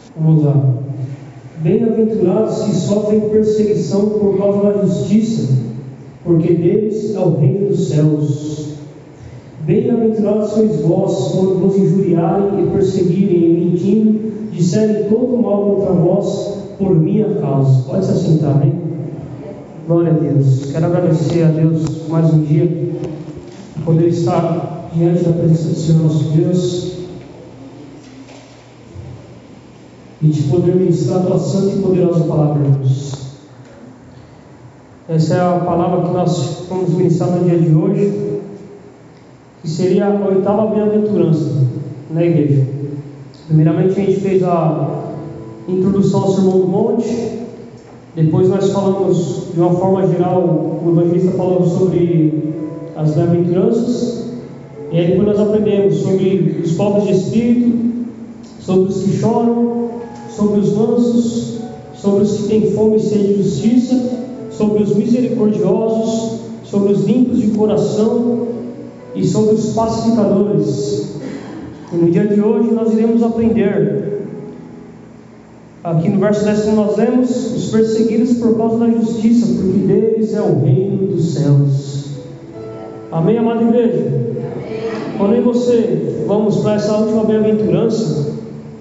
Vamos lá. Bem-aventurados que sofrem perseguição por causa da justiça, porque deles é o reino dos céus. Bem-aventurados sois vós, quando vos injuriarem e perseguirem e mentindo, disserem todo mal contra vós por minha causa. Pode se assentar, hein? Glória a Deus. Quero agradecer a Deus mais um dia, poder estar diante da presença do Senhor nosso Deus e de poder ministrar a tua santa e poderosa palavra, Deus. Essa é a palavra que nós vamos ministrar no dia de hoje, que seria a oitava bem-aventurança na igreja. Primeiramente a gente fez a introdução ao Sermão do Monte, depois nós falamos de uma forma geral, o evangelista falou sobre as bem-aventuranças, e aí depois nós aprendemos sobre os pobres de espírito, sobre os que choram, sobre os mansos, sobre os que têm fome e sede de justiça, sobre os misericordiosos, sobre os limpos de coração e sobre os pacificadores. E no dia de hoje nós iremos aprender, aqui no verso 10 como nós lemos, os perseguidos por causa da justiça, porque deles é o reino dos céus. Amém, amada igreja? Amém. Quando eu e você vamos para essa última bem-aventurança,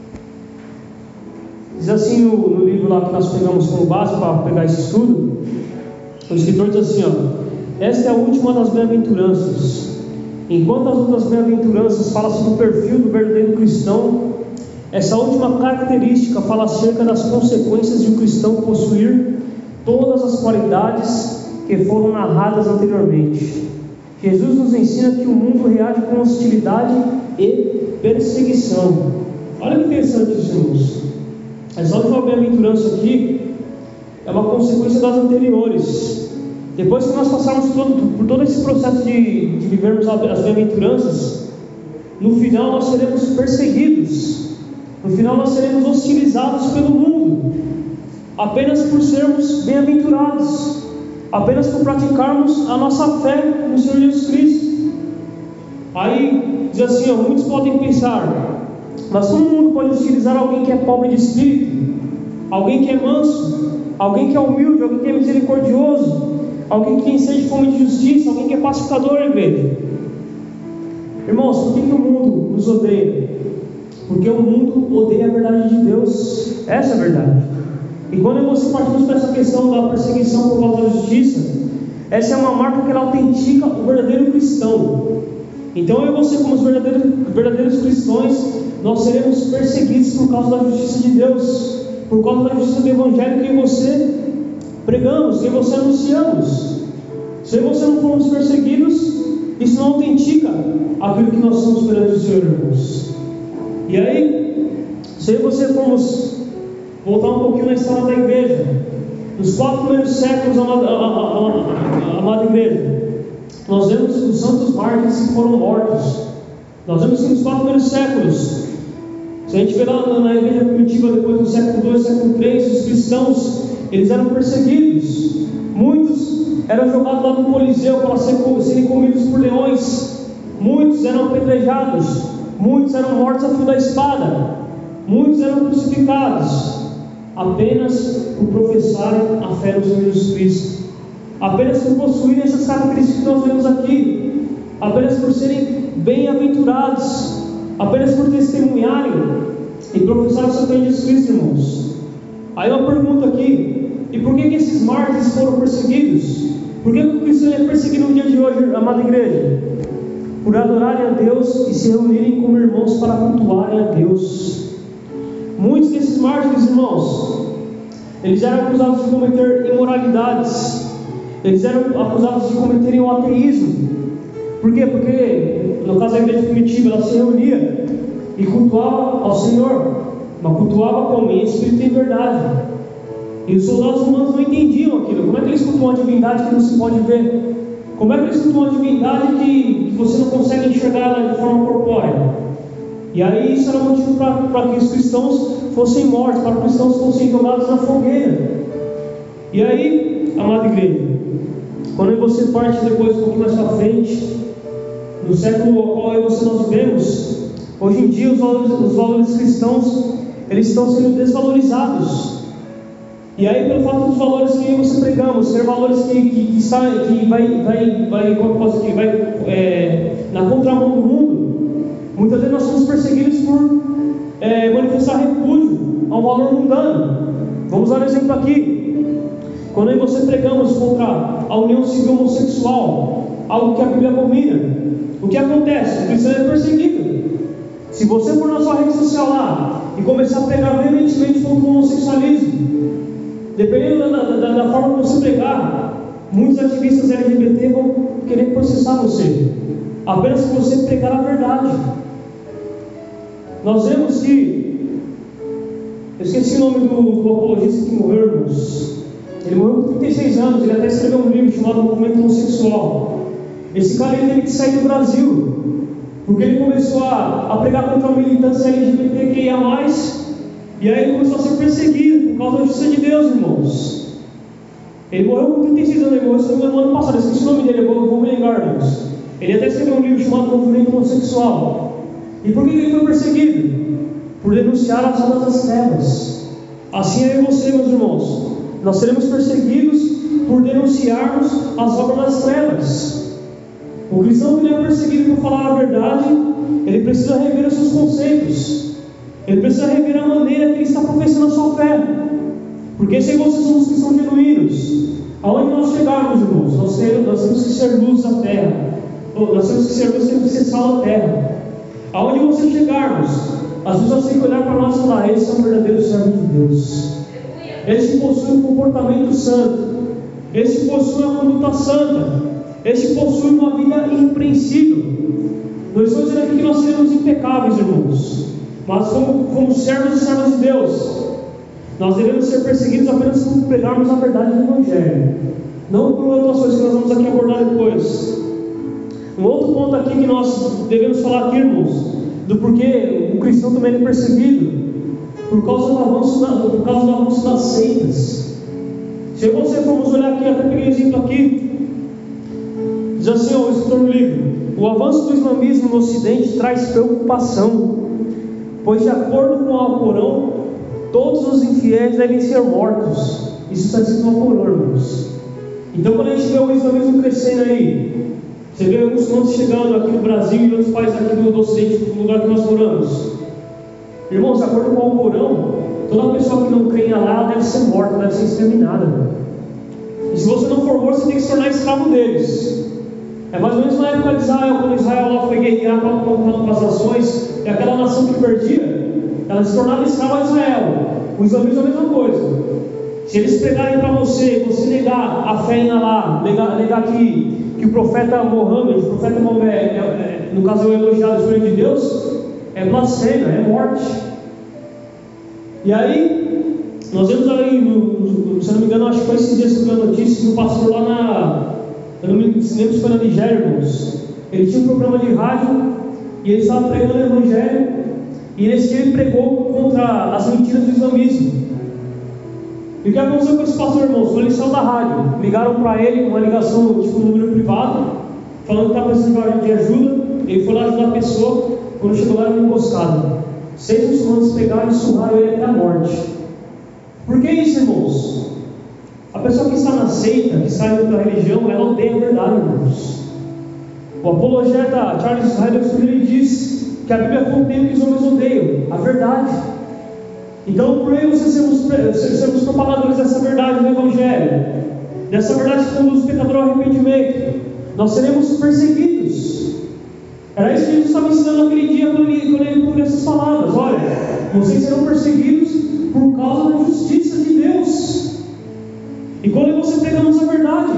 diz assim no livro lá que nós pegamos como base para pegar esse estudo, o escritor diz assim, esta é a última das bem-aventuranças. Enquanto as outras bem-aventuranças falam sobre o perfil do verdadeiro cristão, essa última característica fala acerca das consequências de um cristão possuir todas as qualidades que foram narradas anteriormente. Jesus nos ensina que o mundo reage com hostilidade e perseguição. Olha que interessante isso, irmãos. Essa última bem-aventurança aqui é uma consequência das anteriores. Depois que nós passarmos por todo esse processo de vivermos as bem-aventuranças, no final nós seremos perseguidos, no final nós seremos hostilizados pelo mundo, apenas por sermos bem-aventurados, apenas por praticarmos a nossa fé no Senhor Jesus Cristo. Aí diz assim, muitos podem pensar, mas como o mundo pode hostilizar alguém que é pobre de espírito, alguém que é manso, alguém que é humilde, alguém que é misericordioso, alguém que tem sede de fome de justiça, alguém que é pacificador, igreja? Irmãos, por que o mundo nos odeia? Porque o mundo odeia a verdade de Deus. Essa é a verdade. E quando você partimos para essa questão da perseguição por causa da justiça, essa é uma marca que ela autentica o verdadeiro cristão. Então eu e você, como os verdadeiros cristãos, nós seremos perseguidos por causa da justiça de Deus, por causa da justiça do Evangelho que você pregamos, que você anunciamos. Se você não formos perseguidos, isso não autentica aquilo que nós somos perante o Senhor, irmãos. E aí, se você formos voltar um pouquinho na história da igreja, nos 4 primeiros séculos, amada igreja, nós vemos os santos mártires que foram mortos. Nós vemos que nos 4 primeiros séculos, se a gente ver lá na igreja primitiva, depois do século II, século III, os cristãos, eles eram perseguidos. Muitos eram jogados lá no Coliseu para serem comidos por leões. Muitos eram apedrejados. Muitos eram mortos a fio da espada. Muitos eram crucificados, apenas por professarem a fé no Senhor Jesus Cristo, apenas por possuírem essas características que nós vemos aqui, apenas por serem bem-aventurados, apenas por testemunharem e professarem a sua fé em Jesus Cristo, irmãos. Aí uma pergunta aqui: e por que esses mártires foram perseguidos? Por que o cristão é perseguido no dia de hoje, amada igreja? Por adorarem a Deus e se reunirem como irmãos para cultuarem a Deus. Muitos desses mártires, irmãos, eles eram acusados de cometer imoralidades, eles eram acusados de cometerem o ateísmo. Por quê? Porque no caso da igreja primitiva, ela se reunia e cultuava ao Senhor, mas cultuava como? Em espírito e em verdade. E os soldados romanos não entendiam aquilo. Como é que eles cultuam a divindade que não se pode ver? Como é que eles cultuam a divindade que você não consegue enxergar ela de forma corpórea? E aí isso era motivo para que os cristãos fossem mortos, para que os cristãos fossem jogados na fogueira. E aí, amada igreja, quando você parte depois um pouquinho mais para frente, no século ao qual nós vivemos, hoje em dia os valores cristãos, eles estão sendo desvalorizados. E aí, pelo fato dos valores que você pregamos, ser valores que vai na contramão do mundo, muitas vezes nós somos perseguidos por manifestar repúdio a um valor mundano. Vamos dar um exemplo aqui. Quando eu e você pregamos contra a união civil homossexual, algo que a Bíblia abomina, o que acontece? O cristão é perseguido. Se você for na sua rede social lá e começar a pregar veementemente contra o homossexualismo, dependendo da forma que você pregar, muitos ativistas LGBT vão querer processar você, apenas por você pregar a verdade. Nós vemos que, eu esqueci o nome do apologista que morreu, irmãos. Ele morreu com 36 anos, ele até escreveu um livro chamado Movimento Homossexual. Esse cara ele teve que sair do Brasil, porque ele começou a pregar contra a militância LGBTQIA+, e aí ele começou a ser perseguido por causa da justiça de Deus, irmãos. Ele morreu com 36 anos, ele morreu no ano passado, eu esqueci o nome dele, eu vou me lembrar, irmãos. Ele até escreveu um livro chamado Movimento Homossexual. E por que ele foi perseguido? Por denunciar as obras das trevas. Assim é eu e você, meus irmãos. Nós seremos perseguidos por denunciarmos as obras das trevas. O cristão que não é perseguido por falar a verdade, ele precisa rever os seus conceitos. Ele precisa rever a maneira que ele está professando a sua fé. Porque se você somos cristãos genuínos, aonde nós chegarmos, irmãos, nós temos que ser luz da terra. Nós temos que ser luz, temos que ser sal da terra. Aonde você chegarmos, as pessoas têm que olhar para nós e falar: eles são verdadeiros servos de Deus. Eles que possuem um comportamento santo, eles que possuem uma conduta santa, eles que possuem uma vida irrepreensível. Não estou dizendo aqui que nós seremos impecáveis, irmãos, mas como servos e servas de Deus, nós devemos ser perseguidos apenas por pregarmos a verdade do Evangelho, não por outras coisas que nós vamos aqui abordar depois. Um outro ponto aqui que nós devemos falar aqui, irmãos, do porquê o cristão também é perseguido, por causa do avanço das seitas. Se você formos olhar aqui, até peguei um exemplo aqui, diz assim, o escritor do livro: o avanço do islamismo no ocidente traz preocupação, pois de acordo com o Alcorão, todos os infiéis devem ser mortos. Isso está escrito no Alcorão, irmãos. Então quando a gente vê o islamismo crescendo aí, você vê alguns muçulmanos chegando aqui no Brasil e outros países aqui do Ocidente, no lugar que nós moramos. Irmãos, de acordo com o Alcorão, toda pessoa que não crê em Allah deve ser morta, deve ser exterminada. E se você não for morto, você tem que se tornar escravo deles. É mais ou menos na época de Israel, quando Israel lá foi guerrear com as nações, e aquela nação que perdia, ela se tornava escrava de Israel. O islamismo é a mesma coisa. Se eles pregarem para você negar a fé em Allah, negar que o profeta Mohammed, o profeta Maomé, no caso é o elogiado Espírito de Deus, é blasfêmia, é morte. E aí, nós vemos aí, se eu não me engano, acho que foi esses dias que eu vi a notícia que o pastor lá eu não me lembro se foi na Nigéria, irmãos, ele tinha um programa de rádio e ele estava pregando o Evangelho, e nesse dia ele pregou contra as mentiras do islamismo. E o que aconteceu com esse pastor, irmãos? Quando ele saiu da rádio, ligaram para ele, uma ligação, tipo um número privado, falando que estava precisando de ajuda. Ele foi lá ajudar a pessoa. Quando chegou lá, ele foi emboscado. 6 muçulmanos pegaram e surraram ele até a morte. Por que isso, irmãos? A pessoa que está na seita, que está em outra religião, ela odeia a verdade, irmãos. O apologeta Charles Spurgeon, ele diz que a Bíblia contém o que os homens odeiam, a verdade. Então, por aí você sermos propagadores dessa verdade do Evangelho, dessa verdade que conduz o pecador ao arrependimento, nós seremos perseguidos. Era isso que Jesus estava ensinando naquele dia, quando ele publicou essas palavras: olha, vocês serão perseguidos por causa da justiça de Deus. E quando você pregamos a verdade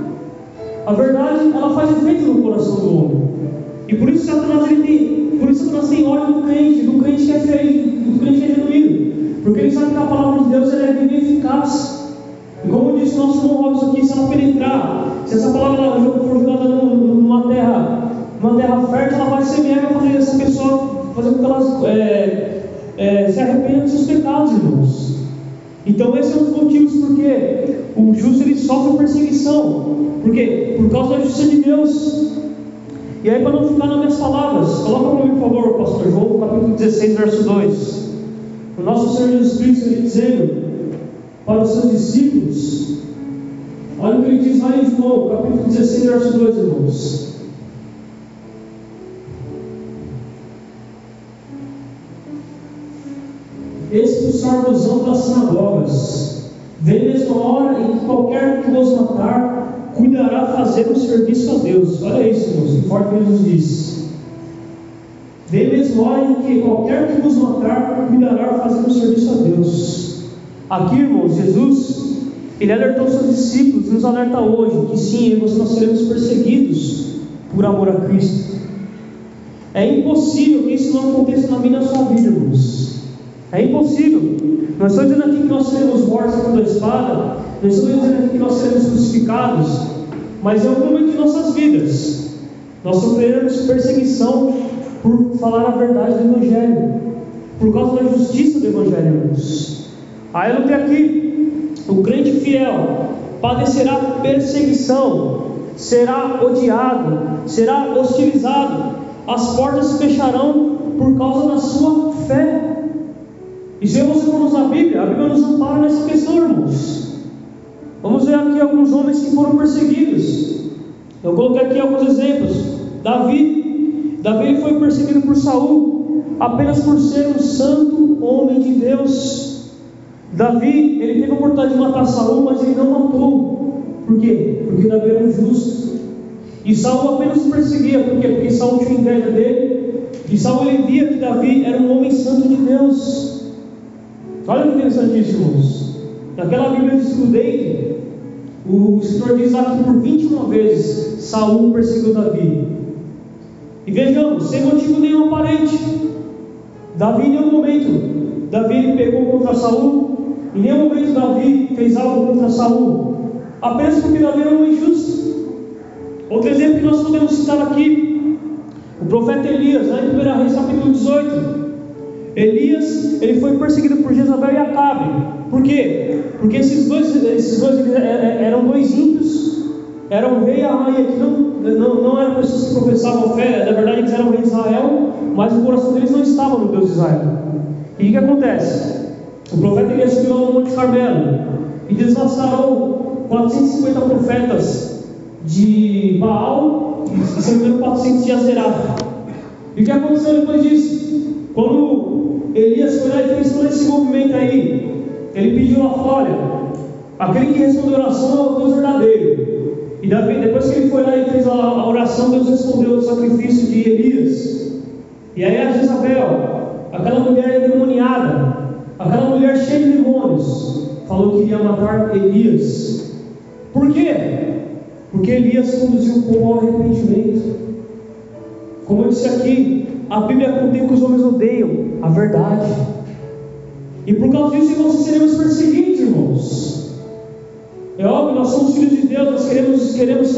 ela faz efeito no coração do homem. E por isso Satanás tem ódio do crente que é feio, do crente que é genuíno. Porque ele sabe que a palavra de Deus é viva e eficaz. E como disse o nosso irmão Robson aqui, se ela penetrar, se essa palavra for jogada numa terra fértil, ela vai semear e vai fazer essa pessoa, fazer com que ela se arrependa dos seus pecados, irmãos. Então esse é um dos motivos porque o justo ele sofre perseguição. Por quê? Por causa da justiça de Deus. E aí, para não ficar nas minhas palavras, coloca para mim, por favor, pastor João, capítulo 16, verso 2. o nosso Senhor Jesus Cristo, ele dizendo para os seus discípulos, olha o que ele diz lá em João, capítulo 16, verso 2, irmãos. Expulsar-vos-ão das sinagogas, vem mesmo a hora em que qualquer que vos matar, cuidará fazer um serviço a Deus. Olha isso, irmãos, que forte que Jesus diz. Vem mesmo a hora em que qualquer que vos matar, cuidará fazer um serviço a Deus. Aqui, irmãos, Jesus, ele alertou seus discípulos, nos alerta hoje, que sim, nós seremos perseguidos por amor a Cristo. É impossível que isso não aconteça na minha e na sua vida, irmãos. É impossível. Não estou dizendo aqui que nós seremos mortos pela espada, não estou dizendo aqui que nós seremos crucificados, mas em algum momento de nossas vidas, nós sofreremos perseguição por falar a verdade do Evangelho, por causa da justiça do Evangelho, irmãos. Aí eu tenho aqui, o crente fiel padecerá perseguição, será odiado, será hostilizado, as portas se fecharão por causa da sua fé. E se você formos na Bíblia, a Bíblia nos ampara nessa questão, irmãos. Vamos ver aqui alguns homens que foram perseguidos. Eu coloquei aqui alguns exemplos. Davi ele foi perseguido por Saul apenas por ser um santo homem de Deus. Davi, ele teve a oportunidade de matar Saul, mas ele não matou. Por quê? Porque Davi era um justo. E Saul apenas o perseguia. Por quê? Porque Saul tinha inveja dele. E Saul, ele via que Davi era um homem santo de Deus. Olha que interessante isso, irmãos. Naquela Bíblia de estudei, o escritor diz lá que por 21 vezes Saul perseguiu Davi. E vejamos, sem motivo nenhum aparente. Davi em nenhum momento ele pegou contra Saul. Em nenhum momento Davi fez algo contra Saul, apenas porque Davi era um injusto. Outro exemplo que nós podemos citar aqui, o profeta Elias, lá em 1 Reis capítulo 18. Elias, ele foi perseguido por Jezabel e Acabe. Por quê? Porque esses dois eram dois ímpios, eram o rei e a rainha, que não eram pessoas que professavam fé. Na verdade eles eram rei de Israel, mas o coração deles não estava no Deus de Israel. E o que acontece? O profeta Elias subiu ao Monte Carmelo e desvastaram 450 profetas de Baal e se não me engano 400 de Azerá. E o que aconteceu depois disso? Quando Elias foi lá e fez todo esse movimento aí, ele pediu lá fora, aquele que respondeu a oração é o Deus verdadeiro. E Davi, depois que ele foi lá e fez a oração, Deus respondeu o sacrifício de Elias. E aí a Jezabel, aquela mulher endemoniada, aquela mulher cheia de demônios, falou que iria matar Elias. Por quê? Porque Elias conduziu o povo ao arrependimento. Como eu disse aqui, a Bíblia contém que os homens odeiam a verdade. E por causa disso nós seremos perseguidos, irmãos. É óbvio, nós somos filhos de Deus, nós queremos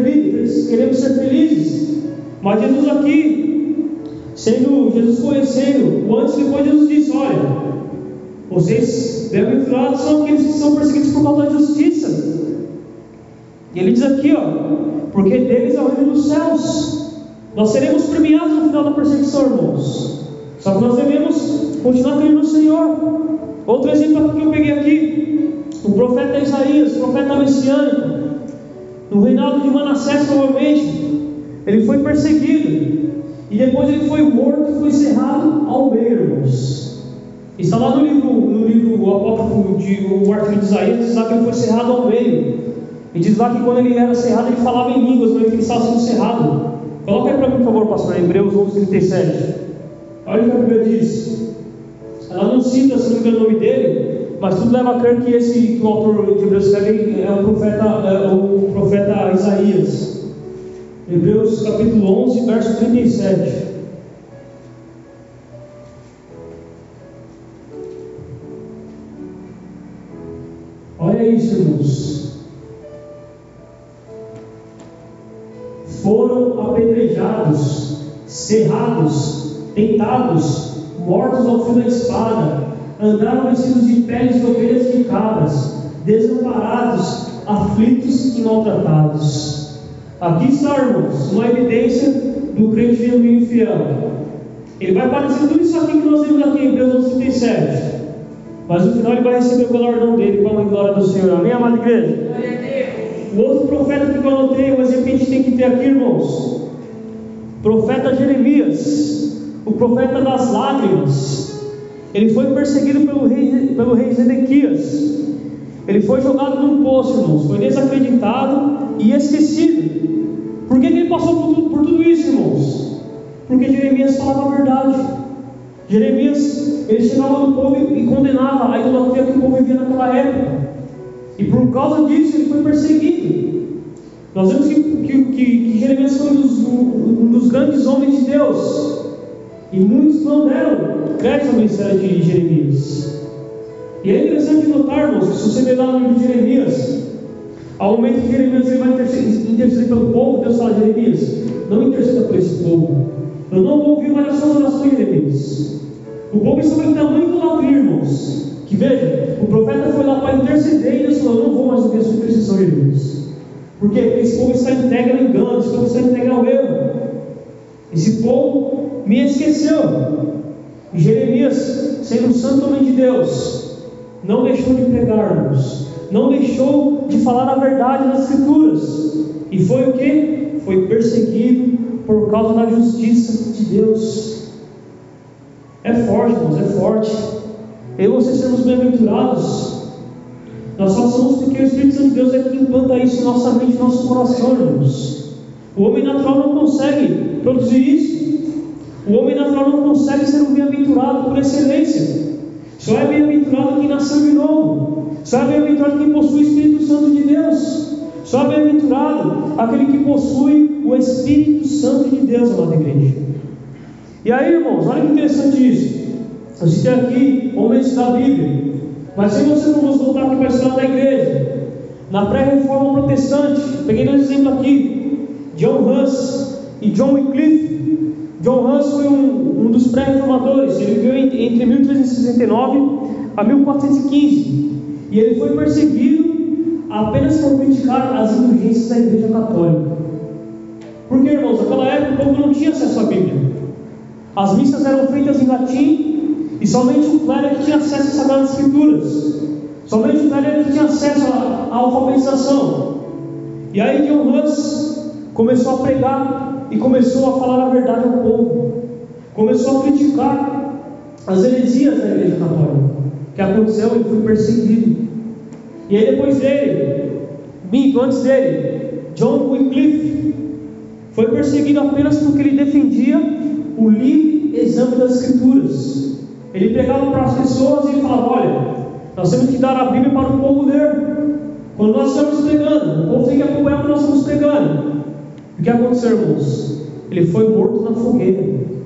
ser felizes. Mas Jesus aqui, Jesus conhecendo o antes e depois, Jesus disse: olha, vocês bem-aventurados são aqueles que são perseguidos por causa da justiça. E ele diz aqui, porque deles é o reino dos céus. Nós seremos premiados no final da perseguição, irmãos. Só que nós devemos continuar crendo no Senhor. Outro exemplo que eu peguei aqui, o profeta Isaías, o profeta messiânico, no reinado de Manassés, provavelmente, ele foi perseguido, e depois ele foi morto e foi cerrado ao meio, irmãos. Está lá no livro o apócrifo o artigo de Isaías, diz lá que ele foi cerrado ao meio. E diz lá que quando ele era cerrado, ele falava em línguas, mas ele estava sendo cerrado. Coloca aí para mim, por favor, pastor, Hebreus 11:37. Olha o que a Bíblia diz. Ela não cita, se não me engano, o nome dele, mas tudo leva a crer que o autor de Hebreus escreve é o profeta Isaías. Hebreus capítulo 11, verso 37. Olha isso, irmãos. Foram apedrejados, cerrados, tentados, mortos ao fio da espada, andaram vestidos de peles de ovelhas e de cabras, desamparados, aflitos e maltratados. Aqui está, irmãos, uma evidência do crente genuíno e fiel. Ele vai padecer tudo isso aqui que nós vemos aqui em Hebreus 37. Mas no final ele vai receber o galardão dele, para a glória do Senhor. Amém, amada igreja? O outro profeta que eu anotei, um exemplo que a gente tem que ter aqui, irmãos. Profeta Jeremias, o profeta das lágrimas. Ele foi perseguido pelo rei Zedequias. Ele foi jogado num poço, irmãos. Foi desacreditado e esquecido. Por que ele passou por tudo isso, irmãos? Porque Jeremias falava a verdade. Jeremias, ele chegava no povo e condenava a idolatria que o povo vivia naquela época. E por causa disso ele foi perseguido. Nós vemos que Jeremias foi um dos grandes homens de Deus. E muitos não deram crédito ao ministério de Jeremias. E é interessante notar, irmãos, que se você ler lá no livro de Jeremias, ao momento que Jeremias ele vai interceder pelo povo, Deus fala: Jeremias, não interceda por esse povo. Eu não vou ouvir mais as suas orações, Jeremias. O povo estava em tamanho idolatria, irmãos, que veja, o profeta foi lá para interceder e Deus falou: eu não vou mais ouvir a sua intercessão, Jeremias. Por quê? Porque esse povo está entregue ao engano, esse povo está entregue ao erro. Esse povo me esqueceu. E Jeremias, sendo um santo homem de Deus, não deixou de pregar-nos, não deixou de falar a verdade nas Escrituras. E foi o que? Foi perseguido por causa da justiça de Deus. É forte, irmãos, é forte. Eu e você sermos bem-aventurados. Nós só somos porque o Espírito Santo de Deus é que implanta isso em nossa mente, em nosso coração, irmãos. O homem natural não consegue produzir isso. O homem natural não consegue ser um bem-aventurado por excelência. Só é bem-aventurado quem nasceu de novo. Só é bem-aventurado quem possui o Espírito Santo de Deus. Só é bem-aventurado aquele que possui o Espírito Santo de Deus, amada igreja. E aí, irmãos, olha que interessante isso. Eu citei aqui homens da Bíblia, mas se você não nos voltar aqui para a história da igreja, na pré-reforma protestante, peguei dois exemplos aqui: John Huss e John Wycliffe. John Huss foi um dos pré-reformadores. Ele viveu entre 1369 a 1415 e ele foi perseguido apenas por criticar as indulgências da Igreja Católica. Porque, irmãos, naquela época o povo não tinha acesso à Bíblia. As missas eram feitas em latim e somente o clero tinha acesso às Sagradas Escrituras. Somente o clero tinha acesso à alfabetização. E aí John Huss começou a pregar e começou a falar a verdade ao povo. Começou a criticar as heresias da Igreja Católica. O que aconteceu? Ele foi perseguido. E aí depois dele, antes dele, John Wycliffe foi perseguido apenas porque ele defendia o livre exame das Escrituras. Ele pregava para as pessoas e ele falava: olha, nós temos que dar a Bíblia para o povo ler. Quando nós estamos pregando, o povo tem que acompanhar o que nós estamos pregando. O que aconteceu, irmãos? Ele foi morto na fogueira,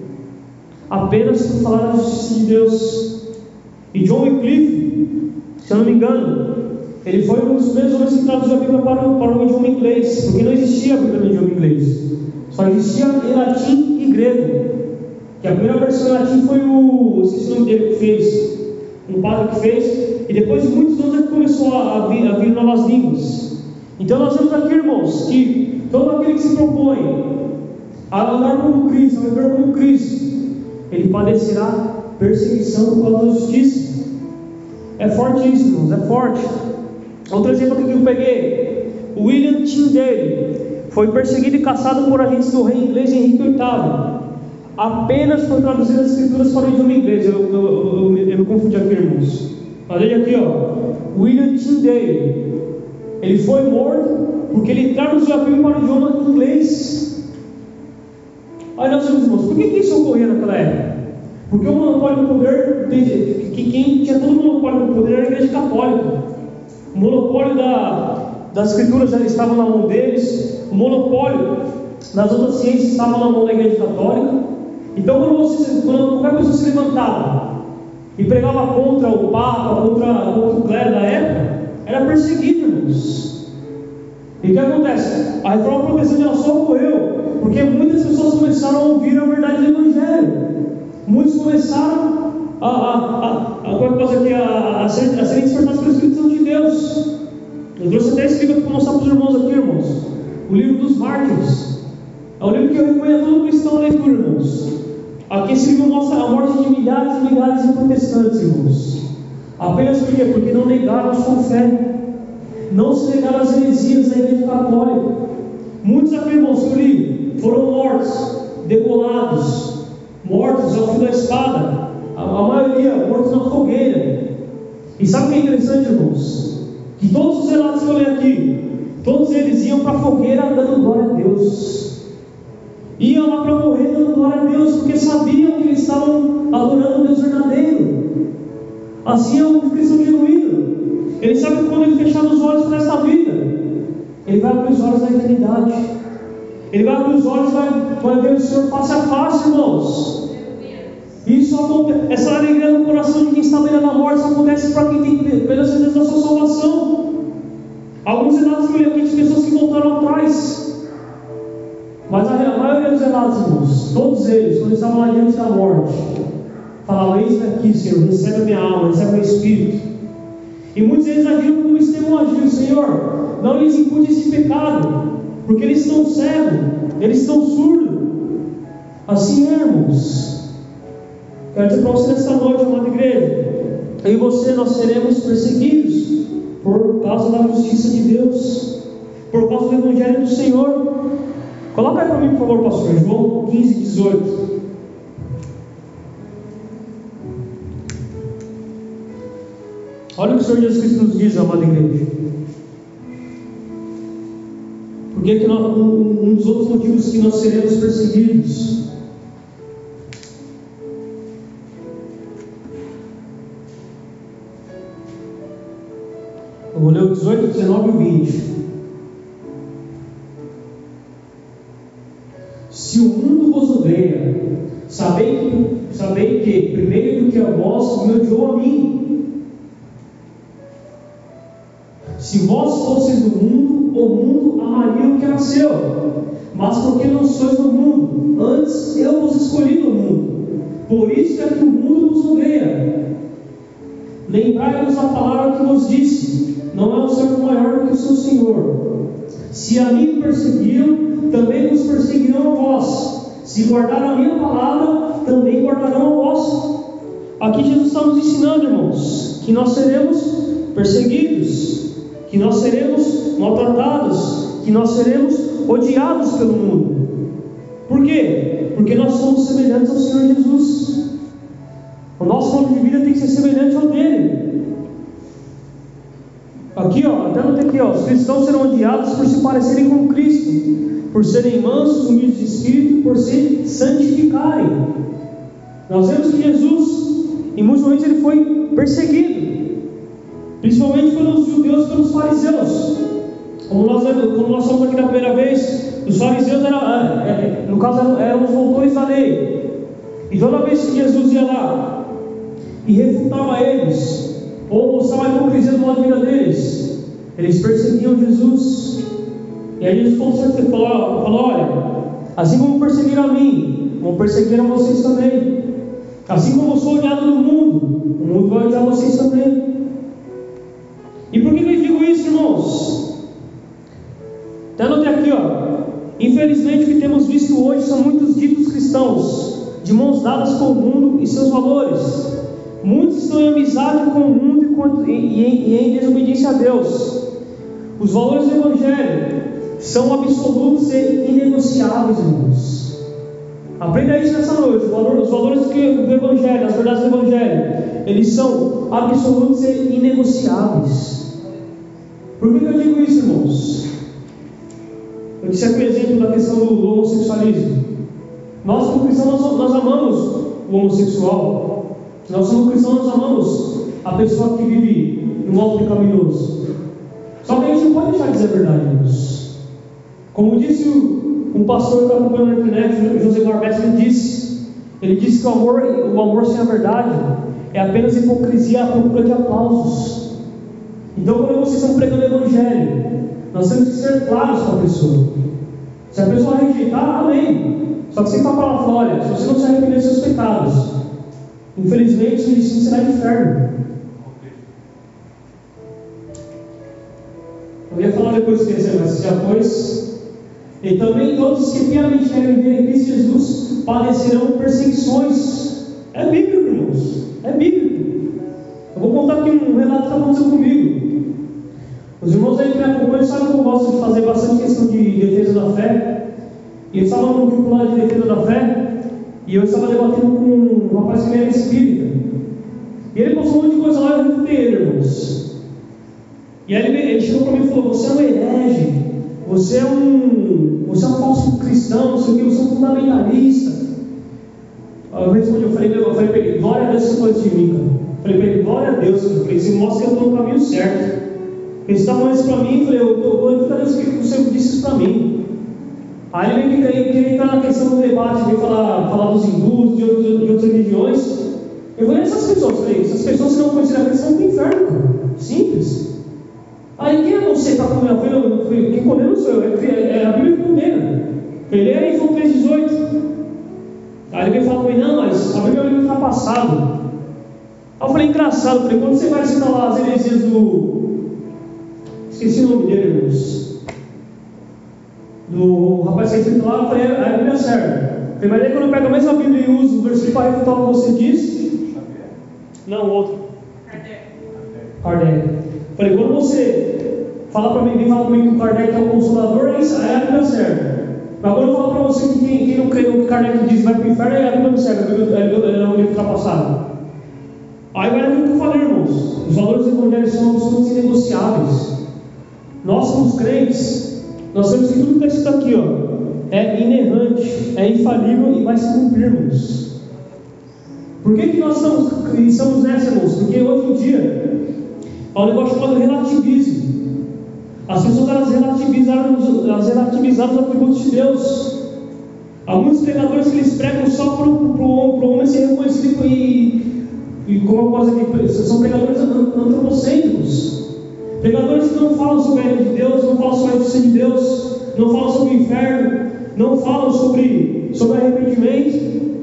apenas por falar a justiça de Deus. E John Wycliffe, se eu não me engano, ele foi um dos primeiros homens que traduziu a Bíblia para o idioma inglês, porque não existia a Bíblia no idioma inglês, só existia em latim e grego. Que a primeira versão em latim foi esqueci o nome dele que fez, um padre que fez, e depois de muitos anos ele começou a vir novas línguas. Então nós vemos aqui, irmãos, que todo aquele que se propõe a andar como Cristo, a viver como Cristo, ele padecerá perseguição por causa da justiça. É forte isso, irmãos, é forte. Outro exemplo aqui que eu peguei: William Tyndale foi perseguido e caçado por agentes do rei inglês Henrique VIII, apenas por traduzir as Escrituras para o idioma inglês. Eu me confundi aqui, irmãos. Olha aqui, ó. William Tyndale, ele foi morto porque ele traduziu a Bíblia para o idioma inglês. Aí nós vemos, irmãos, por que isso ocorria naquela época? Porque o monopólio do poder, quem tinha todo o monopólio do poder era a Igreja Católica. O monopólio das Escrituras já estava na mão deles, o monopólio das outras ciências estava na mão da Igreja Católica. Então, quando qualquer pessoa se levantava e pregava contra o Papa, contra o clero da época, era perseguido, irmãos. E o que acontece? A reforma protestante ela só ocorreu porque muitas pessoas começaram a ouvir a verdade do Evangelho. Muitos começaram a serem despertados pelo Espírito Santo de Deus. Eu trouxe até esse livro aqui para mostrar para os irmãos aqui, irmãos. O livro dos Mártires. É um livro que eu recomendo a todo cristão a leitura, irmãos. Aqui esse livro mostra a morte de milhares e milhares de protestantes, irmãos. Apenas por quê? Porque não negaram a sua fé, não se negaram às heresias da Igreja Católica. Muitos aqui, irmãos, que eu li, foram mortos, degolados, mortos ao fio da espada, a maioria mortos na fogueira. E sabe o que é interessante, irmãos? Que todos os relatos que eu li aqui, todos eles iam para a fogueira dando glória a Deus. Iam lá para morrer dando glória a Deus, porque sabiam que eles estavam adorando o Deus verdadeiro. Assim é um cristão genuíno. Ele sabe que quando ele fechar os olhos para esta vida, ele vai abrir os olhos da eternidade. Ele vai abrir os olhos e vai ver o Senhor face a face, irmãos. Isso acontece, essa alegria no coração de quem está beirando a morte só acontece para quem tem plena certeza da sua salvação. Alguns relatos que eu li aqui de pessoas que voltaram atrás, mas a maioria dos relatos, irmãos, todos eles, quando estavam lá diante da morte, falavam: eis-me aqui, Senhor, recebe a minha alma, recebe o meu espírito. E muitos deles agiram como Estevão agiu: Senhor, não lhes impute esse pecado, porque eles estão cegos, eles estão surdos. Assim é, irmãos. Quero dizer para você nesta noite, amada igreja, eu e você, nós seremos perseguidos por causa da justiça de Deus, por causa do Evangelho do Senhor. Coloca aí para mim, por favor, pastor, João 15, 18. Olha o que o Senhor Jesus Cristo nos diz, amada igreja. Porque que um dos outros motivos que nós seremos perseguidos. Eu vou ler o 18, 19 e 20. Se o mundo vos odeia, sabei que primeiro do que a vós me odiou a mim. Se vós fosseis do mundo, o mundo amaria o que era seu. Mas porque não sois do mundo, antes eu vos escolhi do mundo. Por isso é que o mundo vos odeia. Lembrai-vos da palavra que vos disse: não é um servo maior do que o seu Senhor. Se a mim perseguiram, também vos perseguirão a vós. Se guardaram a minha palavra, também guardarão a vossa. Aqui Jesus está nos ensinando, irmãos, que nós seremos perseguidos, que nós seremos maltratados, que nós seremos odiados pelo mundo. Por quê? Porque nós somos semelhantes ao Senhor Jesus. O nosso modo de vida tem que ser semelhante ao dele. Aqui, até notei aqui, os cristãos serão odiados por se parecerem com Cristo, por serem mansos, humildes de espírito, por se santificarem. Nós vemos que Jesus, em muitos momentos, ele foi perseguido, principalmente pelos judeus e pelos fariseus. Como nós falamos aqui da primeira vez, os fariseus no caso eram os doutores da lei. E toda vez que Jesus ia lá e refutava eles, ou mostrava a hipocrisia do modo de vida deles, eles perseguiam Jesus. E aí Jesus falou: olha, assim como perseguiram a mim, vão perseguir a vocês também. Assim como eu sou odiado do mundo, o mundo vai odiar vocês também. E por que eu digo isso, irmãos? Até anotei aqui, infelizmente o que temos visto hoje são muitos ditos cristãos, de mãos dadas com o mundo e seus valores. Muitos estão em amizade com o mundo e em desobediência a Deus. Os valores do Evangelho são absolutos e inegociáveis, irmãos. Aprenda isso nessa noite. Os valores do Evangelho, as verdades do Evangelho, eles são absolutos e inegociáveis. Por que eu digo isso, irmãos? Eu disse aqui o exemplo da questão do homossexualismo. Nós, como cristãos, nós amamos o homossexual. Nós somos cristãos, nós amamos a pessoa que vive no alto pecaminoso. Só que a gente não pode deixar de dizer a verdade, irmãos. Como disse um pastor que eu acompanho na internet, José Barbete, ele disse que o amor sem a verdade é apenas hipocrisia à procura de aplausos. Então, quando vocês estão pregando o Evangelho, nós temos que ser claros com a pessoa. Se a pessoa rejeitar, amém. Só que você está para ela falar: olha, se você não se arrepender dos seus pecados, infelizmente o destino será inferno. Eu ia falar depois, esquecer, mas já pôs. E também todos que piamente querem viver em Cristo Jesus padecerão perseguições. É bíblico, irmãos. É bíblico. Eu vou contar aqui um relato que aconteceu comigo. Os irmãos aí que me acompanham sabem que eu gosto de fazer bastante questão de defesa da fé. E eu estava no grupo lá de defesa da fé, e eu estava debatendo com um rapaz que era espírita. E ele postou um monte de coisa lá e eu refutei ele, irmãos. E aí ele chegou para mim e falou: você é um herege, você é um falso cristão, não sei o que, você é um fundamentalista. Aí eu respondi, eu falei para ele: glória a Deus que você falou isso de mim, cara. Eu falei para ele: glória a Deus, cara. Eu falei: isso mostra que eu estou no caminho certo. Ele estava falando isso para mim, eu falei: eu estou glorificando a Deus que você disse isso para mim. Aí ele queria entrar na questão do debate, veio falar dos hindus, de outras religiões. Eu falei: essas pessoas se não conhecerem a Cristo vão para o inferno, cara. Simples. Aí quem é você para condenar? Quem condena não sou eu, é a Bíblia que condena. Ele é em João 3,18. Aí ele veio falar comigo: não, mas a Bíblia é um livro ultrapassado. Aí eu falei: engraçado, falei: quando você vai citar lá as heresias esqueci o nome dele, irmãos. Do rapaz que escrito lá, eu falei: a Bíblia serve. Falei: mas aí quando eu pego a mesma Bíblia e uso o versículo para refutar o que você disse. Não, outro. Kardec. Falei: quando você fala para mim, vem falar comigo que o Kardec é o consolador, aí a Bíblia serve. Mas quando eu falo para você que quem não crê no que Kardec diz vai para o inferno, aí a Bíblia não serve, a Bíblia é um livro ultrapassado. Aí vai aquilo que eu falei, irmãos: os valores do Evangelho são absolutamente inegociáveis. Nós, como crentes, nós temos que tudo que está escrito aqui, é inerrante, é infalível e vai se cumprir, irmãos. Por que nós estamos nessa, irmãos? Porque hoje em dia há um negócio chamado relativismo. As pessoas elas relativizaram os atributos de Deus. Alguns pregadores que eles pregam só para o homem ser reconhecido e como eu posso dizer, são pregadores antropocêntricos. Pregadores que não falam sobre a ira de Deus, não falam sobre a justiça de Deus, não falam sobre o inferno, não falam sobre arrependimento.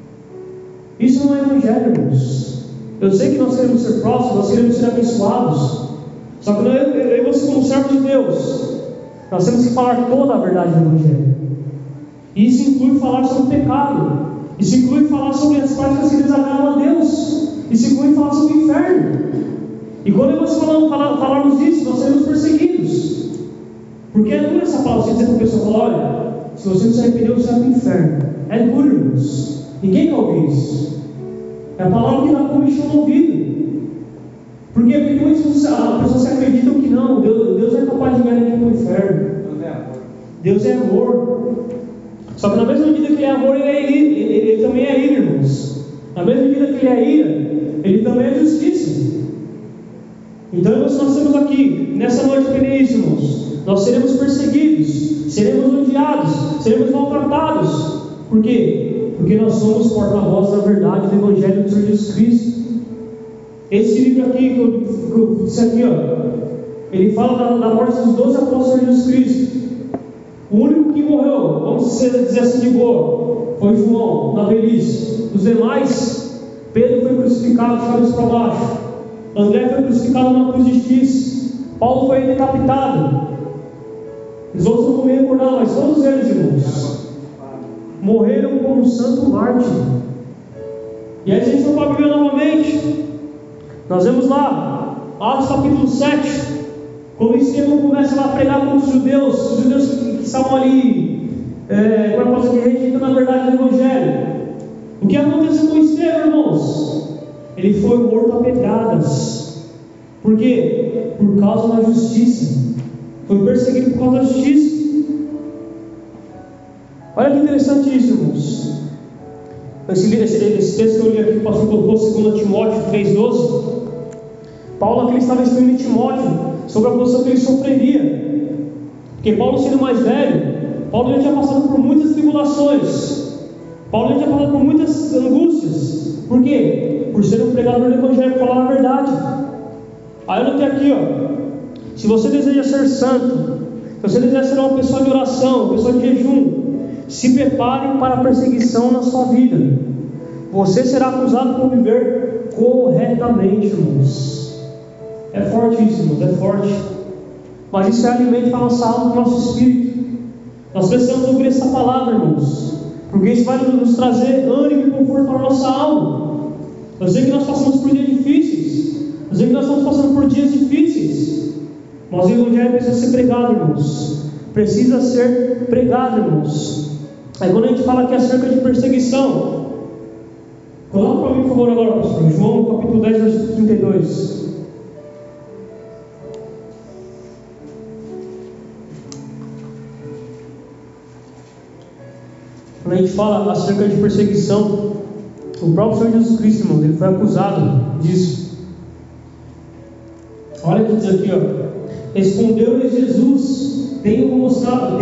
Isso não é evangelho, irmãos. Eu sei que nós queremos ser próximos, nós queremos ser abençoados. Só que eu e você, como servos de Deus, nós temos que falar toda a verdade do evangelho. E isso inclui falar sobre o pecado. Isso inclui falar sobre as práticas que desagradam a Deus. Isso inclui falar sobre o inferno. E quando nós falarmos disso, nós seremos perseguidos. Porque é dura essa palavra, você dizer para a pessoa: olha, se você não se arrependeu, você vai para o inferno. É duro, irmãos. Ninguém quer ouvir isso. É a palavra que dá comichão no ouvido. Por quê? Porque muitas pessoas acreditam que não, Deus é capaz de ganhar ninguém para o inferno. Deus é amor. Só que na mesma medida que Ele é amor, Ele também é ira, irmãos. Na mesma medida que Ele é ira, Ele também é justiça. Então nós temos aqui, nessa noite, irmãos, nós seremos perseguidos, seremos odiados, seremos maltratados. Por quê? Porque nós somos porta-voz da verdade do Evangelho do Senhor Jesus Cristo. Esse livro aqui, que eu disse aqui, ele fala da morte dos 12 apóstolos de Jesus Cristo. O único que morreu, vamos dizer assim de boa, foi João, na velhice. Os demais, Pedro foi crucificado de cabeça para baixo. André foi crucificado na cruz de justiça. Paulo foi decapitado. Os outros não vão me recordar, mas todos eles, irmãos, morreram como um santo mártir. E aí, se a gente for para a Bíblia novamente, nós vemos lá, Atos capítulo 7, quando Estevão começa lá a pregar contra os judeus que estavam ali, rejeitando a verdade do Evangelho. O que aconteceu com Estevão, irmãos? Ele foi morto a pedradas. Por quê? Por causa da justiça. Foi perseguido por causa da justiça. Olha que interessante isso, irmãos. Esse texto que eu li aqui, que o pastor colocou, 2 Timóteo 3,12. Paulo aqui estava instruindo Timóteo sobre a posição que ele sofreria. Porque Paulo, sendo mais velho, Paulo já tinha passado por muitas tribulações. Paulo já tinha passado por muitas angústias. Por quê? Por ser um pregador do Evangelho, falar a verdade. Aí eu notei aqui, se você deseja ser santo, se você deseja ser uma pessoa de oração, uma pessoa de jejum, se prepare para a perseguição na sua vida. Você será acusado por viver corretamente, irmãos. É forte isso, irmãos, é forte. Mas isso é alimento para a nossa alma e para o nosso espírito. Nós precisamos ouvir essa palavra, irmãos, porque isso vai nos trazer ânimo e conforto para a nossa alma. Eu sei que nós passamos por dias difíceis, eu sei que nós estamos passando por dias difíceis, mas o Evangelho precisa ser pregado, irmãos. Precisa ser pregado, irmãos. Aí quando a gente fala aqui acerca de perseguição, coloca para mim, por favor, agora, pastor, João capítulo 10, versículo 32. Quando a gente fala acerca de perseguição, o próprio Senhor Jesus Cristo, irmãos, ele foi acusado disso. Olha o que diz aqui, ó. Respondeu-lhe Jesus: tenho-vos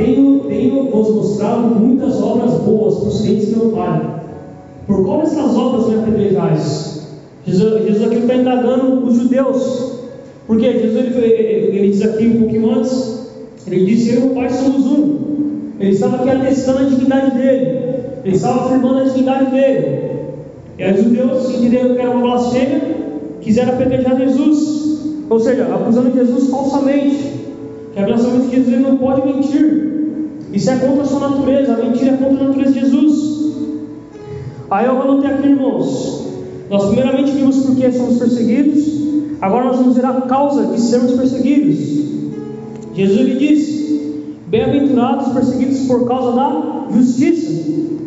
mostrado muitas obras boas procedentes do meu Pai. Por qual dessas obras me apedrejais? Jesus aqui está indagando os judeus. Porque Jesus ele diz aqui um pouquinho antes, ele disse: eu e o Pai somos um. Ele estava aqui atestando a divindade dele, ele estava afirmando a divindade dele. E aí os judeus entenderam que era uma blasfêmia, quiseram apedrejar Jesus, ou seja, acusando Jesus falsamente, que a blasfêmia de Jesus ele não pode mentir, isso é contra a sua natureza, a mentira é contra a natureza de Jesus. Aí eu anotei aqui, irmãos, nós primeiramente vimos por que somos perseguidos, agora nós vamos ver a causa de sermos perseguidos. Jesus ele disse: bem-aventurados os perseguidos por causa da justiça.